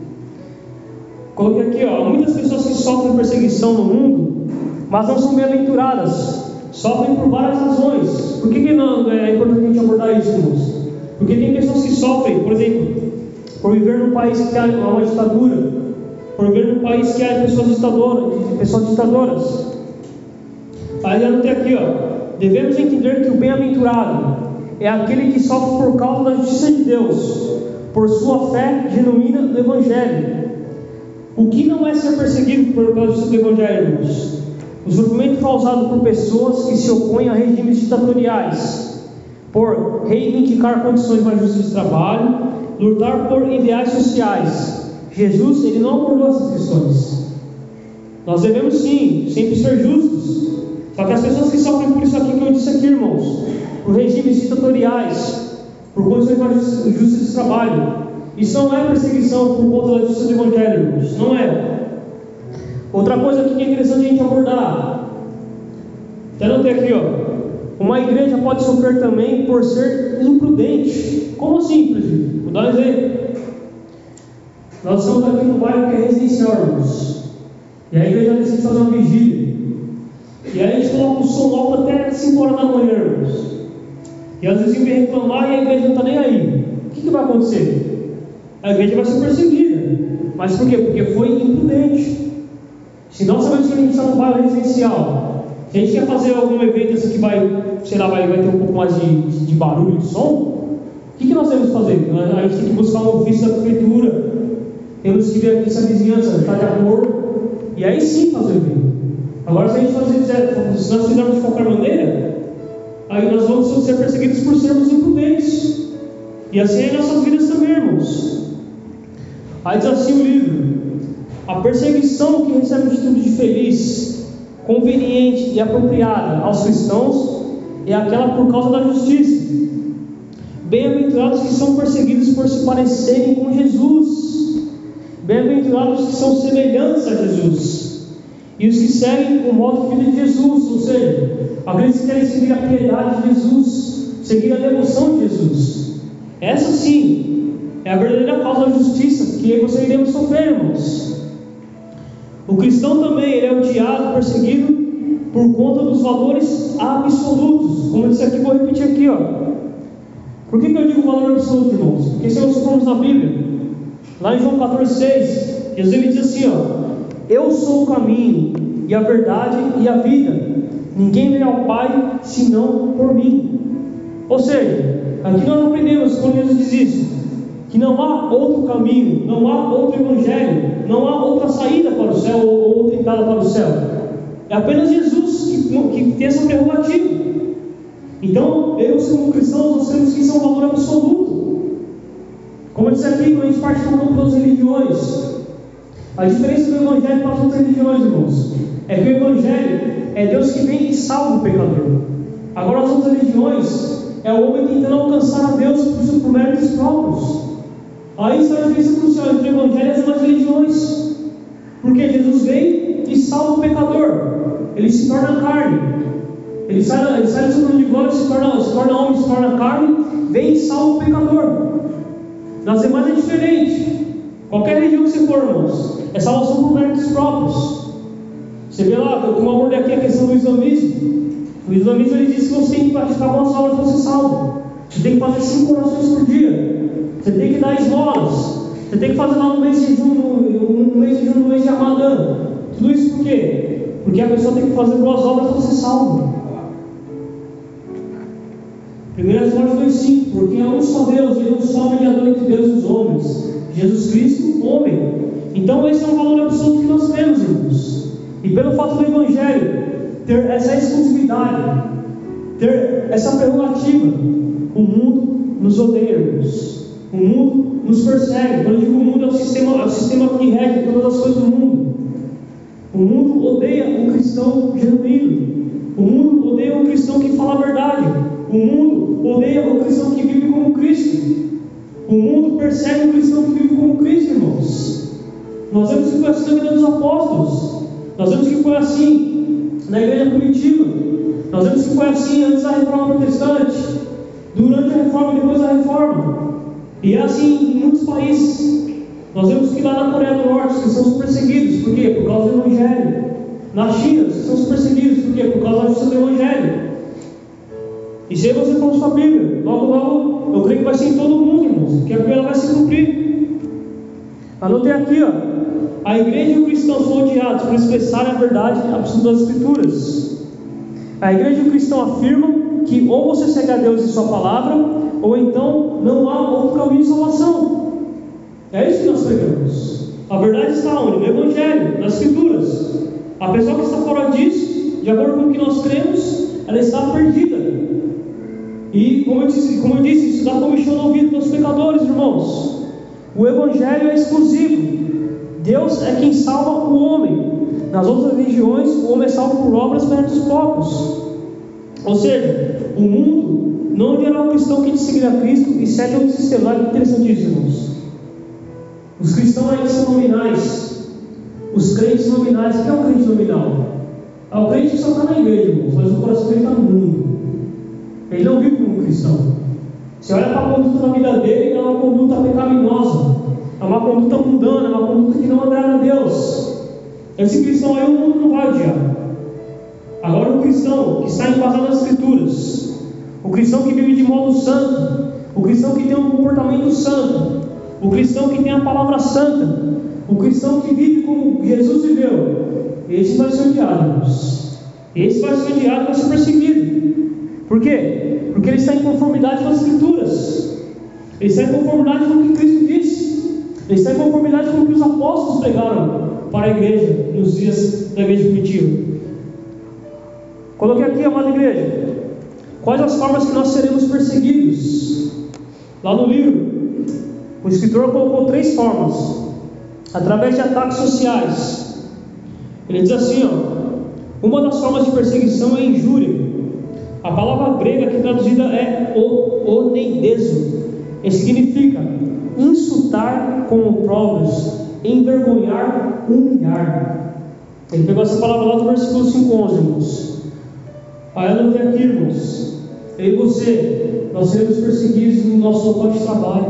Coloquei aqui, ó, muitas pessoas que sofrem perseguição no mundo, mas não são bem-aventuradas, sofrem por várias razões. Por que não é importante a gente abordar isso, irmãos? Porque tem pessoas que sofrem, por exemplo, por viver num país que há uma ditadura, por viver num país que há pessoas ditadoras. Aí eu anotei aqui, ó, devemos entender que o bem-aventurado é aquele que sofre por causa da justiça de Deus, por sua fé genuína no Evangelho. O que não é ser perseguido por causa da justiça do Evangelho, irmãos? O sofrimento causado por pessoas que se opõem a regimes ditatoriais, por reivindicar condições mais justas de trabalho, lutar por ideais sociais. Jesus, ele não abordou essas questões. Nós devemos sim, sempre ser justos. Só que as pessoas que sofrem por isso aqui que eu disse aqui, irmãos, por regimes ditatoriais, por condições mais justas de trabalho, isso não é perseguição por conta da justiça do Evangelho, irmãos. Não é. Outra coisa aqui que é interessante a gente abordar, até notei aqui, ó, uma igreja pode sofrer também por ser imprudente. Como assim, presbítero? Vou dar um exemplo. Nós estamos aqui no bairro que é residencial, irmãos, e a igreja decide fazer uma vigília, e aí a gente coloca o som alto até 5 horas da manhã, irmãos, e às vezes vem reclamar e a igreja não está nem aí. O que vai acontecer? A igreja vai ser perseguida. Mas por quê? Porque foi imprudente. Se nós sabemos que a gente está no bairro residencial, se a gente quer fazer algum evento assim que vai ter um pouco mais de barulho, de som, o que nós temos que fazer? A gente tem que buscar um ofício da prefeitura, temos que ver aqui se a vizinhança está de acordo, e aí sim fazer o evento. Agora, se nós fizermos de qualquer maneira, aí nós vamos ser perseguidos por sermos imprudentes. E assim é em nossas vidas também, irmãos. Aí diz assim o livro: a perseguição que recebe o título de feliz, conveniente e apropriada aos cristãos é aquela por causa da justiça. Bem-aventurados que são perseguidos por se parecerem com Jesus. Bem-aventurados que são semelhantes a Jesus. E os que seguem o modo de vida de Jesus, ou seja, aqueles que querem seguir a piedade de Jesus, seguir a devoção de Jesus. Essa sim é a verdadeira causa da justiça que você iremos sofrer, irmãos. O cristão também ele é odiado, perseguido por conta dos valores absolutos. Como eu disse aqui, vou repetir aqui, ó. Por que eu digo valor absoluto, irmãos? Porque se nós formos na Bíblia, lá em João 14,6, Jesus ele diz assim, ó: eu sou o caminho e a verdade e a vida. Ninguém vem ao Pai senão por mim. Ou seja, aqui nós aprendemos, quando Jesus diz isso, que não há outro caminho, não há outro evangelho, não há outra saída para o céu ou outra entrada para o céu. É apenas Jesus que tem essa prerrogativa. Então, eu como cristão, nós temos que ser um valor absoluto. Como eu disse aqui, quando a gente parte do campo das religiões, a diferença do evangelho para as outras religiões, irmãos, é que o evangelho é Deus que vem e salva o pecador. Agora as outras religiões é o homem tentando alcançar a Deus por méritos próprios. Aí está a diferença crucial entre o Evangelho e as demais religiões. Porque Jesus vem e salva o pecador. Ele se torna carne. Ele sai do seu mundo de glória, se torna homem, se torna carne, vem e salva o pecador. Nas demais é diferente. Qualquer religião que você for, irmãos, é salvação por méritos próprios. Você vê lá, como eu abordei aqui a questão do islamismo. O islamismo ele diz que você tem que praticar boas obras para ser salvo. Você tem que fazer 5 orações por dia. Você tem que dar esmolas. Você tem que fazer lá no mês de junho, no mês de Ramadã. Tudo isso por quê? Porque a pessoa tem que fazer boas obras para ser salvo. 1 Timóteo 2,5: porque há um só Deus e um só mediador entre Deus e os homens, Jesus Cristo, homem. Então esse é um valor absoluto que nós temos, irmãos. E pelo fato do Evangelho ter essa exclusividade, ter essa prerrogativa, o mundo nos odeia, irmãos. O mundo nos persegue. Quando eu digo o mundo, é o sistema que rege todas as coisas do mundo. O mundo odeia o cristão genuíno. O mundo odeia o cristão que fala a verdade. O mundo odeia o cristão que vive como Cristo. O mundo persegue o cristão que vive como Cristo, irmãos. Nós vemos que foi assim na vida dos apóstolos. Nós vemos que foi assim na igreja primitiva. Nós vemos que foi assim antes da reforma protestante, durante a reforma e depois da reforma. E é assim em muitos países. Nós vemos que lá na Coreia do Norte os cristãos são perseguidos. Por quê? Por causa do Evangelho. Na China os cristãos são perseguidos. Por quê? Por causa da justiça do Evangelho. E se aí você for sua Bíblia, logo eu creio que vai ser em todo mundo, irmãos, porque a Bíblia vai se cumprir. Anotei aqui, a igreja e o cristão são odiados por expressarem a verdade absoluta das Escrituras. A igreja e o cristão afirmam que ou você segue a Deus e sua palavra, ou então não há outro caminho de salvação. É isso que nós pregamos. A verdade está onde? No Evangelho, nas Escrituras. A pessoa que está fora disso, de acordo com o que nós cremos, ela está perdida. E como eu disse, isso dá comichão no ouvido dos pecadores, irmãos. O Evangelho é exclusivo. Deus é quem salva o homem. Nas outras religiões, o homem é salvo por obras méritos próprios. Ou seja, o mundo não odiará o cristão que seguirá a Cristo e segue outro sistema. Olha que interessante isso, irmãos. Os cristãos ainda são nominais. Os crentes nominais. O que é um crente nominal? É o crente que só está na igreja, irmãos, mas o coração dele está no mundo. Ele não vive como cristão. Você olha para a conduta da vida dele, é uma conduta pecaminosa, é uma conduta mundana, é uma conduta que não agrada a Deus. Esse cristão aí o mundo não vai odiar. Agora o cristão que está embasado nas Escrituras, o cristão que vive de modo santo, o cristão que tem um comportamento santo, o cristão que tem a palavra santa, o cristão que vive como Jesus viveu, esse vai ser odiado, irmãos. Esse vai ser odiado e vai ser perseguido. Por quê? Porque ele está em conformidade com as Escrituras. Ele está em conformidade com o que Cristo disse. Ele está em conformidade com o que os apóstolos pregaram para a igreja nos dias da igreja primitiva. Coloquei aqui, amada igreja, quais as formas que nós seremos perseguidos. Lá no livro, o escritor colocou 3 formas. Através de ataques sociais. Ele diz assim, uma das formas de perseguição é a injúria. A palavra grega aqui traduzida é oneidezo. E significa insultar com opróbrios, envergonhar, humilhar. Ele pegou essa palavra lá do versículo 5:11, irmãos. Aí eu notei aqui, irmãos, eu e você, nós seremos perseguidos no nosso local de trabalho.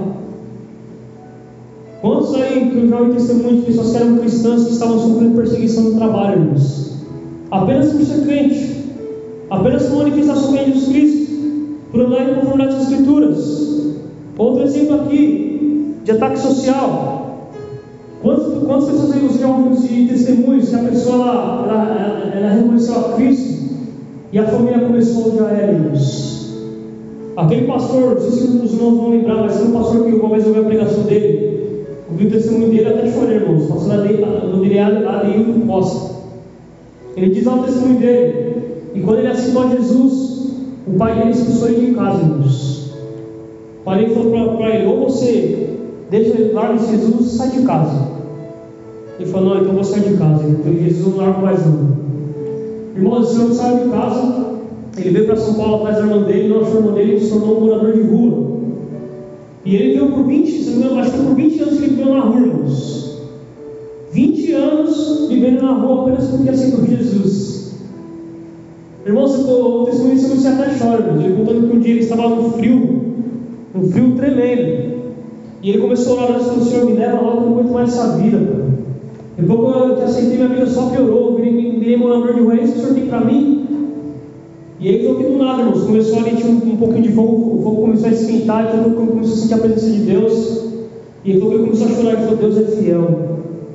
Quantos aí que eu já ouvi testemunho de pessoas que eram cristãs que estavam sofrendo perseguição no trabalho, irmãos? Apenas por ser crente. Apenas por manifestação de Jesus Cristo, por andar em conformidade com as Escrituras. Outro exemplo aqui, de ataque social. Quantas pessoas aí você já ouviu de testemunhos que a pessoa ela reconheceu a Cristo e a família começou a odiar eles? Aquele pastor, não sei se os irmãos vão lembrar, mas foi um pastor que uma vez eu ouvi a pregação dele, ouvi o testemunho dele, até chorei, irmãos. O pastor Adeildo Costa. Ele diz lá o testemunho dele. E quando ele aceitou a Jesus, o pai dele expulsou ele de casa, irmãos. O pai dele falou para ele: ou você deixa ele larga de Jesus, ou sai de casa. Ele falou: não, então eu vou sair de casa. Então Jesus não larga mais não. Irmãos, esse homem saiu de casa, ele veio para São Paulo atrás da irmã dele, não achou a irmã dele, ele se tornou um morador de rua. E ele viveu por 20, se não me engano, acho que por 20 anos que ele viveu na rua, irmãos. 20 anos vivendo na rua apenas porque aceitou Jesus. Irmãos, o testemunho de você até chora, irmãos. Ele contando que um dia ele estava um frio tremendo. E ele começou a orar, falou: Senhor, me leva logo, eu não aguento mais essa vida, cara. Depois que eu aceitei, minha vida só piorou. Eu virei morador de rua, é isso que o Senhor tem para mim? E aí falou que do nada, irmãos, começou ali, tinha um pouquinho de fogo, o fogo começou a esquentar, então começou a sentir a presença de Deus. E ele falou que ele começou a chorar, ele falou: Deus é fiel.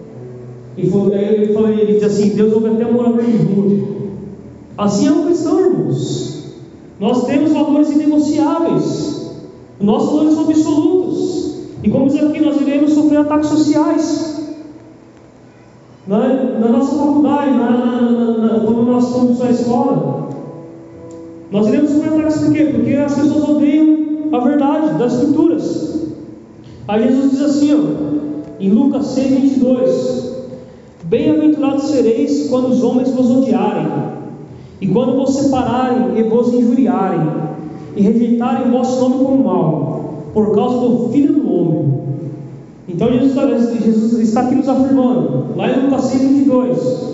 Ele diz assim: Deus ouve até um morador de rua. Assim é um cristão, irmãos. Nós temos valores inegociáveis. Os nossos valores são absolutos. E como diz aqui, nós iremos sofrer ataques sociais. Na nossa faculdade, quando nós estamos na escola, nós iremos sofrer ataques por quê? Porque as pessoas odeiam a verdade das Escrituras. Aí Jesus diz assim, em Lucas 6:22: Bem-aventurados sereis quando os homens vos odiarem, e quando vos separarem e vos injuriarem, e rejeitarem o vosso nome como mal, por causa do Filho do Homem. Então Jesus está aqui nos afirmando, lá em Lucas 6:22,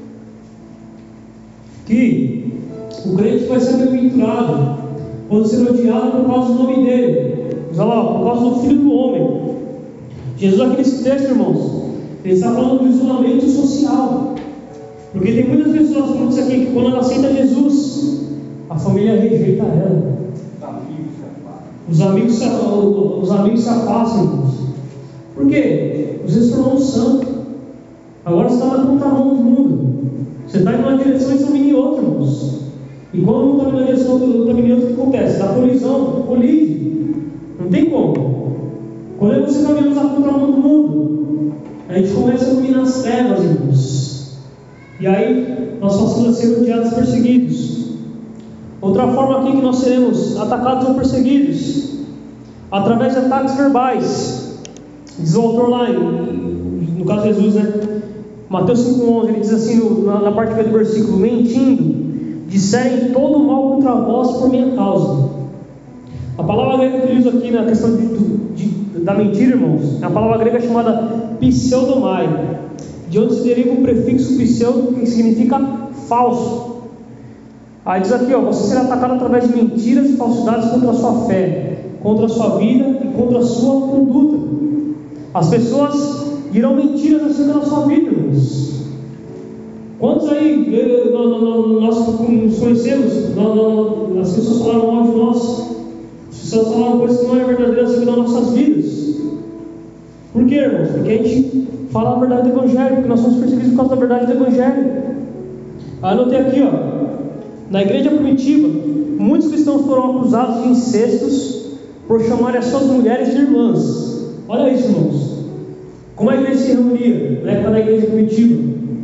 que o crente vai ser bem-aventurado quando ser odiado por causa do nome dele. Olha lá, por causa do Filho do Homem. Jesus aqui nesse texto, irmãos, ele está falando do isolamento social. Porque tem muitas pessoas, como disse aqui, que quando ela aceita Jesus, a família rejeita ela. Os amigos se afastam, irmãos. Por quê? Você se tornou um santo. Agora você está na contramão do mundo. Você está em uma direção e estão vindo em outra, irmãos. E quando um está em uma direção e outro está vindo em outra, o que acontece? Dá colisão, colide. Não tem como. Quando você caminha na contramão do mundo, a gente começa a dominar as trevas, irmãos. E aí nós passamos a ser odiados e perseguidos. Outra forma aqui que nós seremos atacados ou perseguidos, através de ataques verbais. Diz o autor lá, no caso de Jesus, Mateus 5:11, ele diz assim, na parte B do versículo: mentindo, disserem todo o mal contra vós por minha causa. A palavra grega que eu uso aqui na questão da mentira, irmãos, é a palavra grega chamada pseudomai, de onde se deriva o prefixo pseudo, que significa falso. Aí diz aqui, você será atacado através de mentiras e falsidades contra a sua fé, contra a sua vida e contra a sua conduta. As pessoas dirão mentiras acerca da sua vida, irmãos. Quantos aí nós nos conhecemos, as pessoas falaram mal de nós, as pessoas falaram coisas que não é verdadeira acerca das nossas vidas. Por quê, irmãos? Porque a gente fala a verdade do Evangelho, porque nós somos perseguidos por causa da verdade do Evangelho. Aí eu anotei aqui, na igreja primitiva, muitos cristãos foram acusados de incestos por chamarem as suas mulheres de irmãs. Olha isso, irmãos. Como a igreja se reunia na época da igreja primitiva?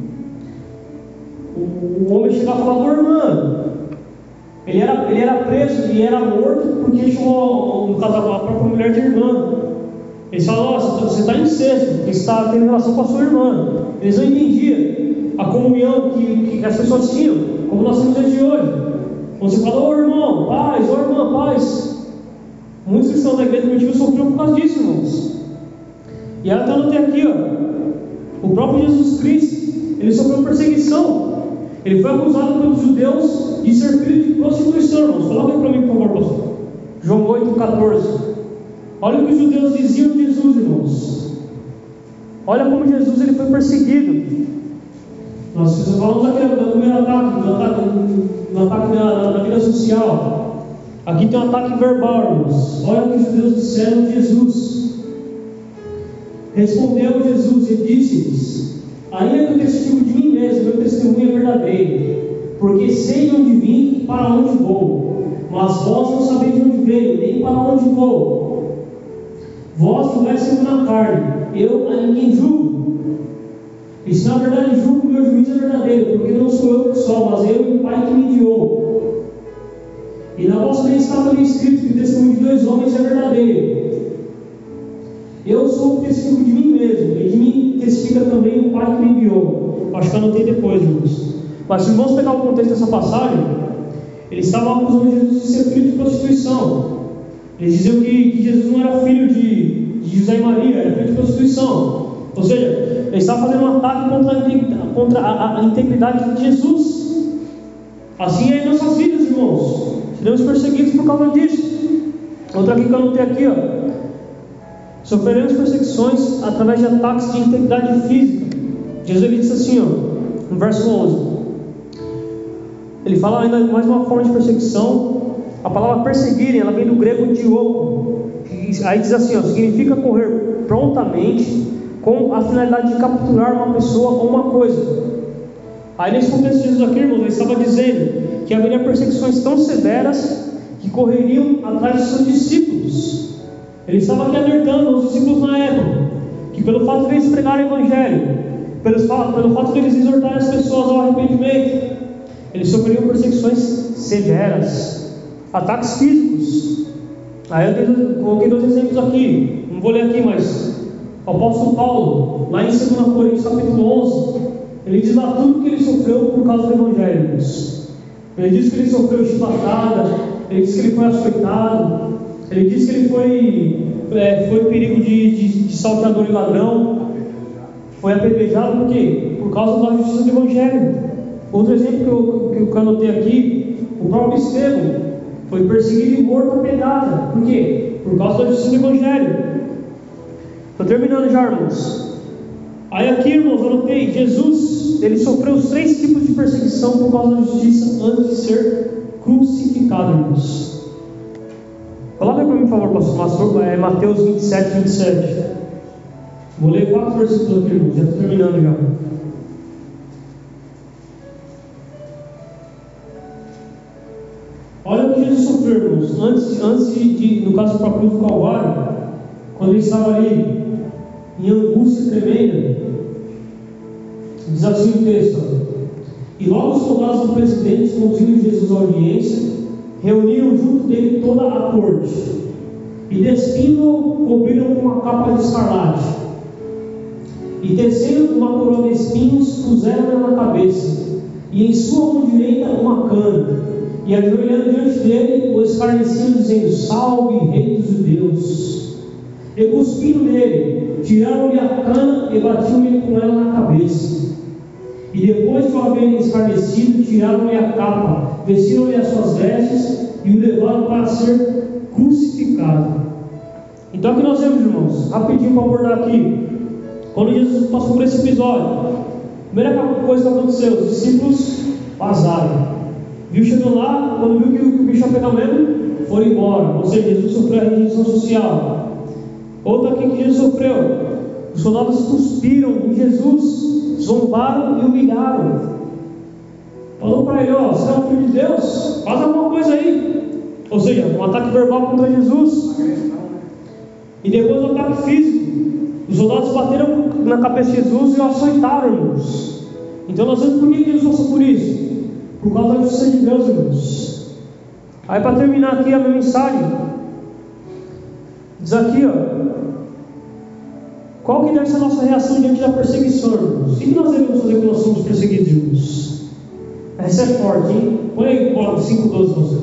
O homem chegava e falava: irmã. Ele era preso e era morto porque chamou, no caso, a própria mulher de irmã. Eles falavam: você está em incesto, porque você está tendo relação com a sua irmã. Eles não entendiam a comunhão que as pessoas tinham, como nós temos dias de hoje. Quando você fala: ô irmão, paz, ô irmã, paz. Muitos cristãos da igreja primitiva sofreram por causa disso, irmãos. E ela está no aqui, o próprio Jesus Cristo, ele sofreu perseguição. Ele foi acusado pelos judeus de ser filho de prostituição, irmãos. Coloca aí para mim, por favor, pastor. João 8:14. Olha o que os judeus diziam de Jesus, irmãos. Olha como Jesus ele foi perseguido. Nós falamos aqui do primeiro ataque, do ataque na vida social. Aqui tem um ataque verbal, irmãos. Olha o que os judeus disseram de Jesus. Respondeu Jesus e disse-lhes: ainda que eu testigo de mim mesmo, meu testemunho é verdadeiro, porque sei de onde vim e para onde vou, mas vós não sabeis de onde veio, nem para onde vou. Vós julgais segundo a carne, eu a ninguém julgo. E se na verdade julgo, meu juízo é verdadeiro, porque não sou eu que sou, mas eu e o Pai que me enviou. E na vossa lei está também escrito que o testemunho de dois homens é verdadeiro. Eu sou o testigo de mim mesmo, e de mim testifica também o Pai que me enviou. Acho que eu anotei depois, irmãos. Mas se vamos pegar o contexto dessa passagem, eles estavam acusando Jesus de ser filho de prostituição. Eles diziam que Jesus não era filho de José e Maria, era filho de prostituição. Ou seja, eles estavam fazendo um ataque contra a integridade de Jesus. Assim é em nossas vidas, irmãos. Seremos perseguidos por causa disso. Outra aqui que eu anotei aqui, ó. Sofreremos perseguições através de ataques de integridade física. Jesus ele disse assim, ó, no verso 11. Ele fala ainda mais uma forma de perseguição. A palavra perseguirem, ela vem do grego diogo. Aí diz assim, ó, significa correr prontamente com a finalidade de capturar uma pessoa ou uma coisa. Aí nesse contexto de Jesus aqui, irmãos, ele estava dizendo que haveria perseguições tão severas que correriam atrás de seus discípulos. Ele estava aqui alertando os discípulos na época que pelo fato de eles pregarem o Evangelho, pelo fato de eles exortarem as pessoas ao arrependimento, eles sofreriam perseguições severas, ataques físicos. Aí eu coloquei 2 exemplos aqui, não vou ler aqui, mas o apóstolo Paulo, lá em 2 Coríntios capítulo 11, ele diz lá tudo que ele sofreu por causa do Evangelho. Ele diz que ele sofreu chibatada, ele diz que ele foi açoitado, ele diz que ele foi perigo de salteador e ladrão, foi apedrejado por quê? Por causa da justiça do Evangelho. Outro exemplo que eu anotei aqui, o próprio Estevão foi perseguido e morto a pedrada. Por quê? Por causa da justiça do Evangelho. Estou terminando já, irmãos. Aí aqui, irmãos, eu anotei, Jesus, ele sofreu os 3 tipos de perseguição por causa da justiça antes de ser crucificado, irmãos. Coloca para mim, por favor, pastor, Mateus 27, 27. Vou ler 4 versículos aqui, irmãos, já estou terminando já. Olha o que Jesus sofreu, irmãos, antes de no caso para a cruz do Calvário, quando ele estava ali em angústia tremenda. Diz assim o texto: e logo os soldados do presidente, conduzindo Jesus à audiência, reuniram junto dele toda a corte, e despindo-o, cobriram com uma capa de escarlate, e tecendo uma coroa de espinhos, puseram-na na cabeça, e em sua mão direita uma cana, e ajoelhando diante dele, o escarneciam, dizendo: salve, rei dos judeus. E cuspindo nele, tiraram-lhe a cana e batiam-lhe com ela na cabeça. E depois de o haverem escarnecido, tiraram-lhe a capa, vestiram-lhe as suas vestes e o levaram para ser crucificado. Então aqui nós vemos, irmãos, rapidinho para abordar aqui. Quando Jesus passou por esse episódio, a primeira coisa que aconteceu, os discípulos vazaram. Viu, chegou lá, quando viu que o bicho ia pegar mesmo, foram embora. Ou seja, Jesus sofreu a rejeição social. Outra aqui que Jesus sofreu, os soldados cuspiram em Jesus, zombaram e humilharam. Falou para ele: ó, você é um filho de Deus, faz alguma coisa aí. Ou seja, um ataque verbal contra Jesus. E depois um ataque físico. Os soldados bateram na cabeça de Jesus e o açoitaram, irmãos. Então nós vemos por que Jesus passou por isso. Por causa da justiça de Deus, irmãos. Aí para terminar aqui a minha mensagem, diz aqui, ó, qual que deve ser a nossa reação diante da perseguição, irmãos? O que nós devemos fazer quando nós somos perseguidos, irmãos? Essa é forte, hein? Põe aí 5:12, você.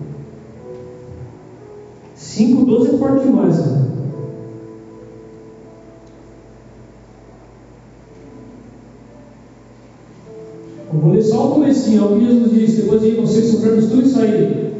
5:12 é forte demais, cara. Eu vou ler só o comecinho, o que Jesus disse, depois de vocês sofrermos tudo isso aí.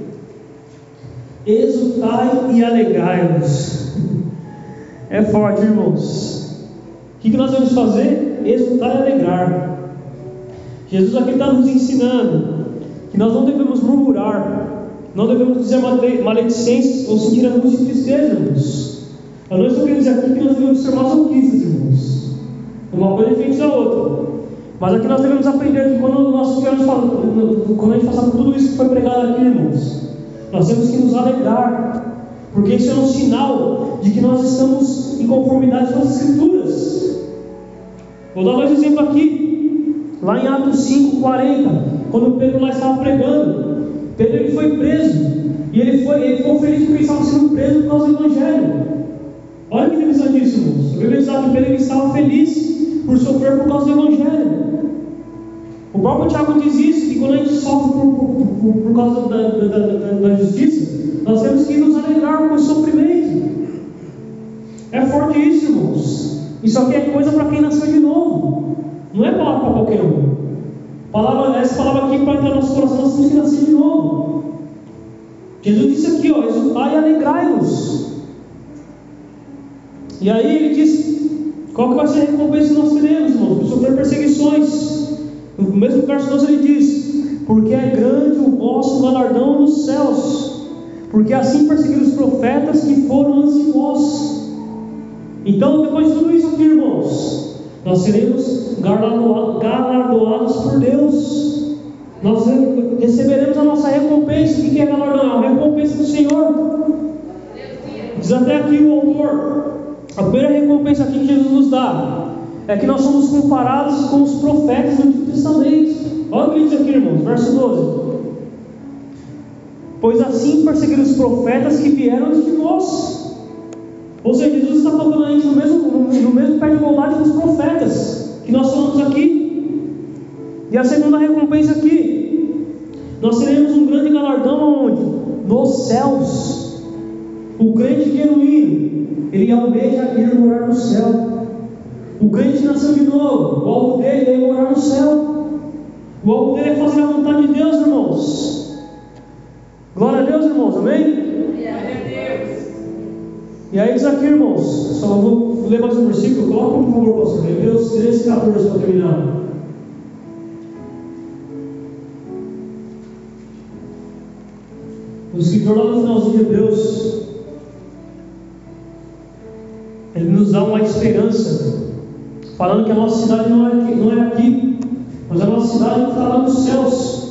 Exultai e alegrai-vos. É forte, irmãos. O que nós vamos fazer? Exultar e alegrar. Jesus aqui está nos ensinando que nós não devemos murmurar, não devemos dizer maledicências ou sentir angústia e tristeza, irmãos. Eu não estou querendo dizer aqui que nós devemos ser masoquistas, irmãos. Uma coisa é diferente da outra. Mas aqui nós devemos aprender que quando a gente passar por tudo isso que foi pregado aqui, irmãos, nós temos que nos alegrar, porque isso é um sinal de que nós estamos em conformidade com as Escrituras. Vou dar 2 exemplos aqui, lá em Atos 5:40, quando Pedro lá estava pregando. Pedro ele foi preso, e ele ficou feliz porque ele estava sendo preso por causa do Evangelho. Olha que interessante isso, irmãos. A Bíblia diz que Pedro estava feliz por sofrer por causa do Evangelho. O próprio Tiago diz isso, que quando a gente sofre por causa da justiça, nós temos que nos alegrar com o sofrimento. É forte isso, irmãos. Isso aqui é coisa para quem nasceu de novo. Não é palavra para qualquer um. Essa palavra aqui, para entrar no nosso coração, nós temos que nascer de novo. Jesus disse aqui, ó, exultai e alegrai-vos. E aí ele diz, qual que vai ser a recompensa que nós teremos, irmãos? Por sofrer perseguições. No mesmo verso 12 ele diz, porque é grande o vosso galardão nos céus, porque assim perseguiram os profetas que foram antes de vós. Então, depois de tudo isso aqui, irmãos, nós seremos galardoados por Deus. Nós receberemos a nossa recompensa. O que é galardão? É a recompensa do Senhor. Diz até aqui o autor, a primeira recompensa aqui que Jesus nos dá é que nós somos comparados com os profetas do Antigo Testamento. Olha o que ele diz aqui, irmãos, verso 12. Pois assim perseguiram os profetas que vieram antes de vós. Ou seja, Jesus está colocando a gente no mesmo pé de igualdade com os profetas que nós falamos aqui. E a segunda recompensa aqui, nós teremos um grande galardão onde? Nos céus. O crente genuíno, ele almeja ir morar no céu. O crente nasceu de novo, o alvo dele é ir morar no céu. O alvo dele é fazer a vontade de Deus, irmãos. Glória a Deus, irmãos, amém? E aí diz aqui, irmãos, só vou ler mais um versículo, coloca por favor, pastor, Hebreus 13, 14 para terminar. O escritor lá no finalzinho de Hebreus, ele nos dá uma esperança, falando que a nossa cidade não é aqui, mas a nossa cidade está lá nos céus.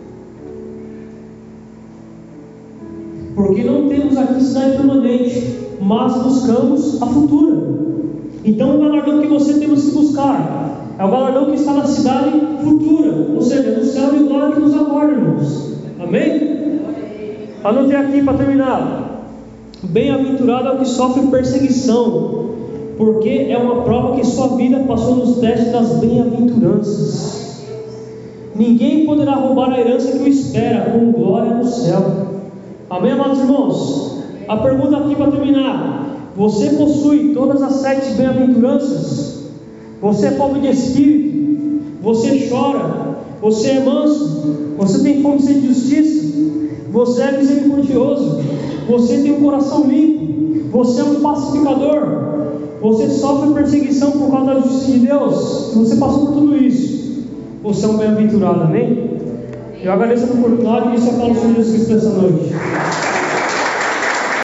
Porque não temos aqui cidade permanente, mas buscamos a futura. Então o galardão que você temos que buscar é o galardão que está na cidade futura, ou seja, no céu de glória que nos aguarda, irmãos. Amém? Anotei aqui para terminar. Bem-aventurado é o que sofre perseguição, porque é uma prova que sua vida passou nos testes das bem-aventuranças. Ninguém poderá roubar a herança que o espera com glória no céu. Amém, amados irmãos? A pergunta aqui para terminar: você possui todas as 7 bem-aventuranças? Você é pobre de espírito? Você chora? Você é manso? Você tem fome e sede de justiça? Você é misericordioso? Você tem um coração limpo? Você é um pacificador? Você sofre perseguição por causa da justiça de Deus? Se você passou por tudo isso, você é um bem-aventurado, amém? Eu agradeço a oportunidade e isso é a palavra de Jesus Cristo essa noite.